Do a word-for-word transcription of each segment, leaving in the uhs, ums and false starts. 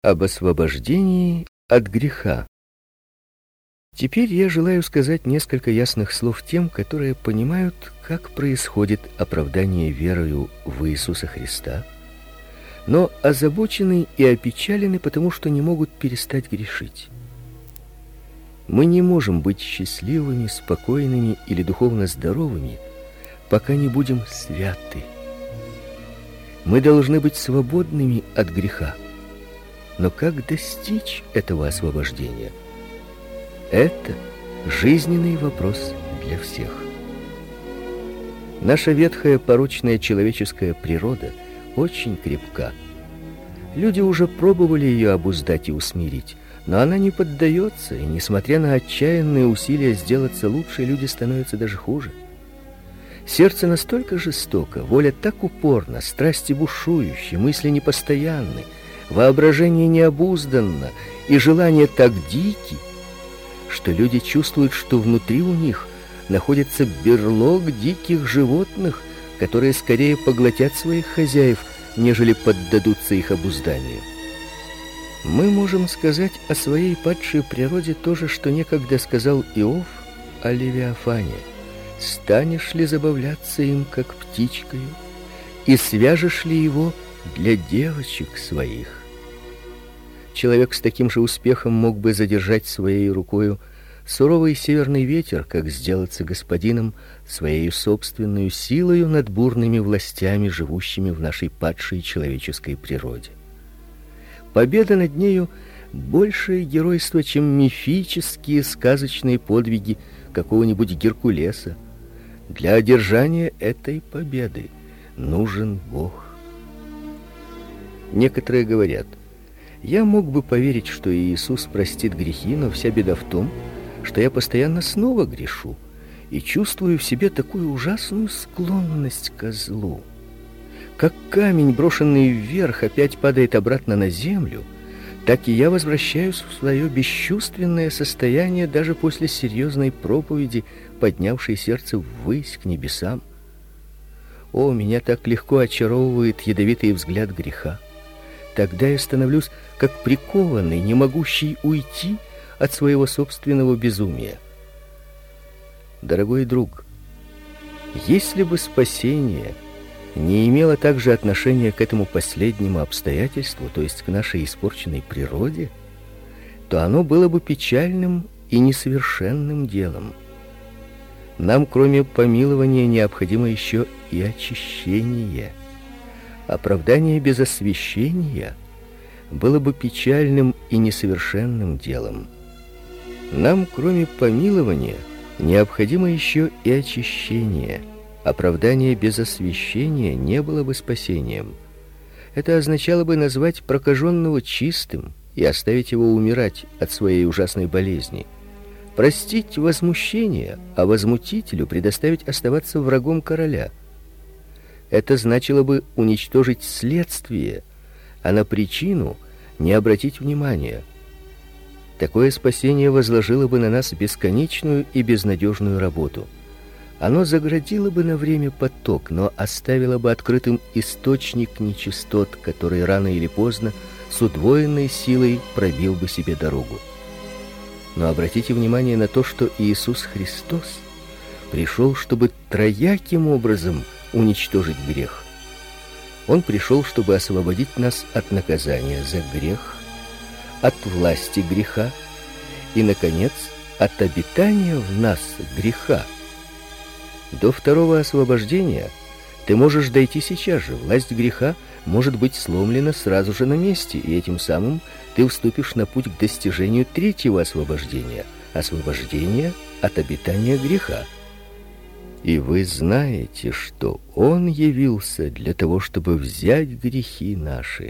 об освобождении от греха. Теперь я желаю сказать несколько ясных слов тем, которые понимают, как происходит оправдание верою в Иисуса Христа, но озабочены и опечалены, потому что не могут перестать грешить. Мы не можем быть счастливыми, спокойными или духовно здоровыми, пока не будем святы. Мы должны быть свободными от греха. Но как достичь этого освобождения? Это жизненный вопрос для всех. Наша ветхая порочная человеческая природа очень крепка. Люди уже пробовали ее обуздать и усмирить, но она не поддается, и несмотря на отчаянные усилия сделаться лучше, люди становятся даже хуже. Сердце настолько жестоко, воля так упорна, страсти бушующие, мысли непостоянны, воображение необузданно и желания так дики, что люди чувствуют, что внутри у них находится берлог диких животных, которые скорее поглотят своих хозяев, нежели поддадутся их обузданию. Мы можем сказать о своей падшей природе то же, что некогда сказал Иов о Левиафане. «Станешь ли забавляться им, как птичкою, и свяжешь ли его для девочек своих?» Человек с таким же успехом мог бы задержать своей рукою суровый северный ветер, как сделаться господином своей собственной силою над бурными властями, живущими в нашей падшей человеческой природе. Победа над нею большее геройство, чем мифические сказочные подвиги какого-нибудь Геркулеса. Для одержания этой победы нужен Бог. Некоторые говорят: я мог бы поверить, что Иисус простит грехи, но вся беда в том, что я постоянно снова грешу и чувствую в себе такую ужасную склонность ко злу. Как камень, брошенный вверх, опять падает обратно на землю, так и я возвращаюсь в свое бесчувственное состояние даже после серьезной проповеди, поднявшей сердце ввысь к небесам. О, меня так легко очаровывает ядовитый взгляд греха. Тогда я становлюсь как прикованный, не могущий уйти от своего собственного безумия. Дорогой друг, если бы спасение не имело также отношения к этому последнему обстоятельству, то есть к нашей испорченной природе, то оно было бы печальным и несовершенным делом. Нам, кроме помилования, необходимо еще и очищение. Оправдание без освящения было бы печальным и несовершенным делом. Нам, кроме помилования, необходимо еще и очищение. Оправдание без освящения не было бы спасением. Это означало бы назвать прокаженного чистым и оставить его умирать от своей ужасной болезни. Простить возмущение, а возмутителю предоставить оставаться врагом короля. Это значило бы уничтожить следствие, а на причину не обратить внимания. Такое спасение возложило бы на нас бесконечную и безнадежную работу. Оно заградило бы на время поток, но оставило бы открытым источник нечистот, который рано или поздно с удвоенной силой пробил бы себе дорогу. Но обратите внимание на то, что Иисус Христос пришел, чтобы трояким образом уничтожить грех. Он пришел, чтобы освободить нас от наказания за грех, от власти греха и, наконец, от обитания в нас греха. До второго освобождения ты можешь дойти сейчас же. Власть греха может быть сломлена сразу же на месте, и этим самым ты вступишь на путь к достижению третьего освобождения, освобождения от обитания греха. И вы знаете, что Он явился для того, чтобы взять грехи наши.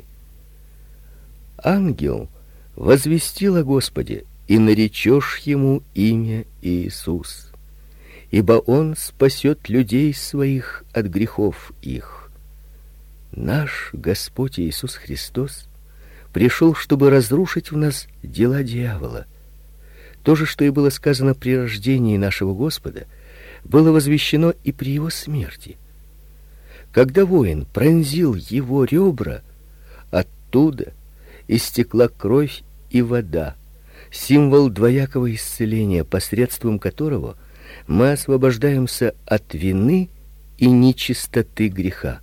Ангел возвестил о Господе, и наречешь Ему имя Иисус, ибо Он спасет людей своих от грехов их. Наш Господь Иисус Христос пришел, чтобы разрушить в нас дела дьявола. То же, что и было сказано при рождении нашего Господа, было возвещено и при Его смерти. Когда воин пронзил Его ребра, оттуда истекла кровь и вода, символ двоякого исцеления, посредством которого мы освобождаемся от вины и нечистоты греха.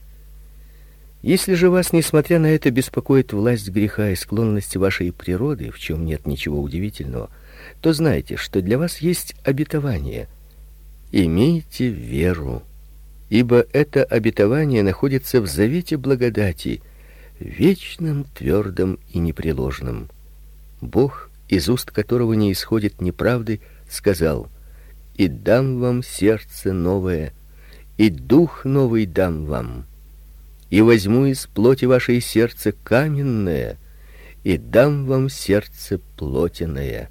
Если же вас, несмотря на это, беспокоит власть греха и склонности вашей природы, в чем нет ничего удивительного, то знайте, что для вас есть обетование. Имейте веру, ибо это обетование находится в завете благодати, вечном, твердом и непреложном. Бог, из уст которого не исходит неправды, сказал: «И дам вам сердце новое, и дух новый дам вам, и возьму из плоти вашей сердце каменное, и дам вам сердце плотяное».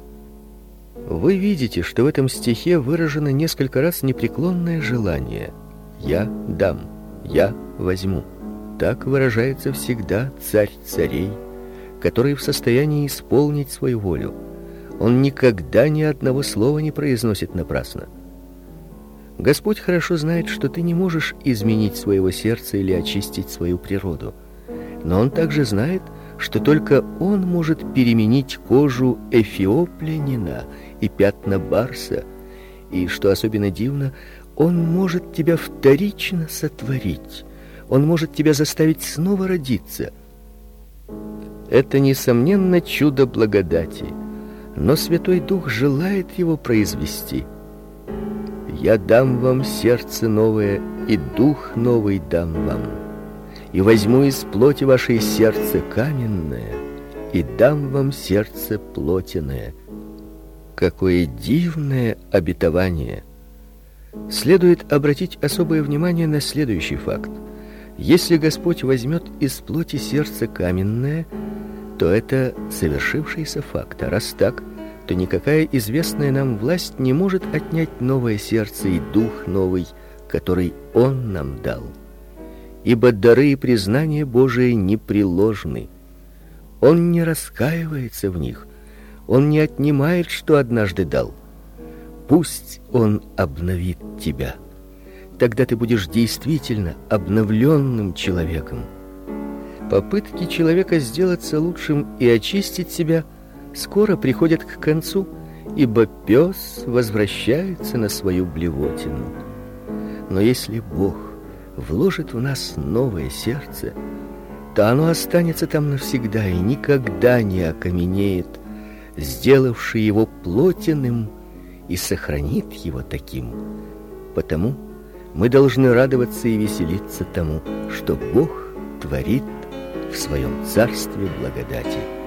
Вы видите, что в этом стихе выражено несколько раз непреклонное желание: «Я дам, я возьму». Так выражается всегда царь царей, который в состоянии исполнить свою волю. Он никогда ни одного слова не произносит напрасно. Господь хорошо знает, что ты не можешь изменить своего сердца или очистить свою природу. Но Он также знает, что только Он может переменить кожу эфиоплянина и пятна барса, и, что особенно дивно, Он может тебя вторично сотворить. Он может тебя заставить снова родиться. Это, несомненно, чудо благодати, но Святой Дух желает его произвести. «Я дам вам сердце новое, и дух новый дам вам, и возьму из плоти вашей сердце каменное, и дам вам сердце плотяное». Какое дивное обетование! Следует обратить особое внимание на следующий факт. Если Господь возьмет из плоти сердце каменное, то это совершившийся факт. А раз так, то никакая известная нам власть не может отнять новое сердце и дух новый, который Он нам дал. Ибо дары и признания Божии непреложны. Он не раскаивается в них, Он не отнимает, что однажды дал. Пусть Он обновит тебя. Тогда ты будешь действительно обновленным человеком. Попытки человека сделаться лучшим и очистить себя скоро приходят к концу, ибо пес возвращается на свою блевотину. Но если Бог вложит в нас новое сердце, то оно останется там навсегда и никогда не окаменеет, сделавший его плотяным, и сохранит его таким. Потому мы должны радоваться и веселиться тому, что Бог творит в своем царстве благодати.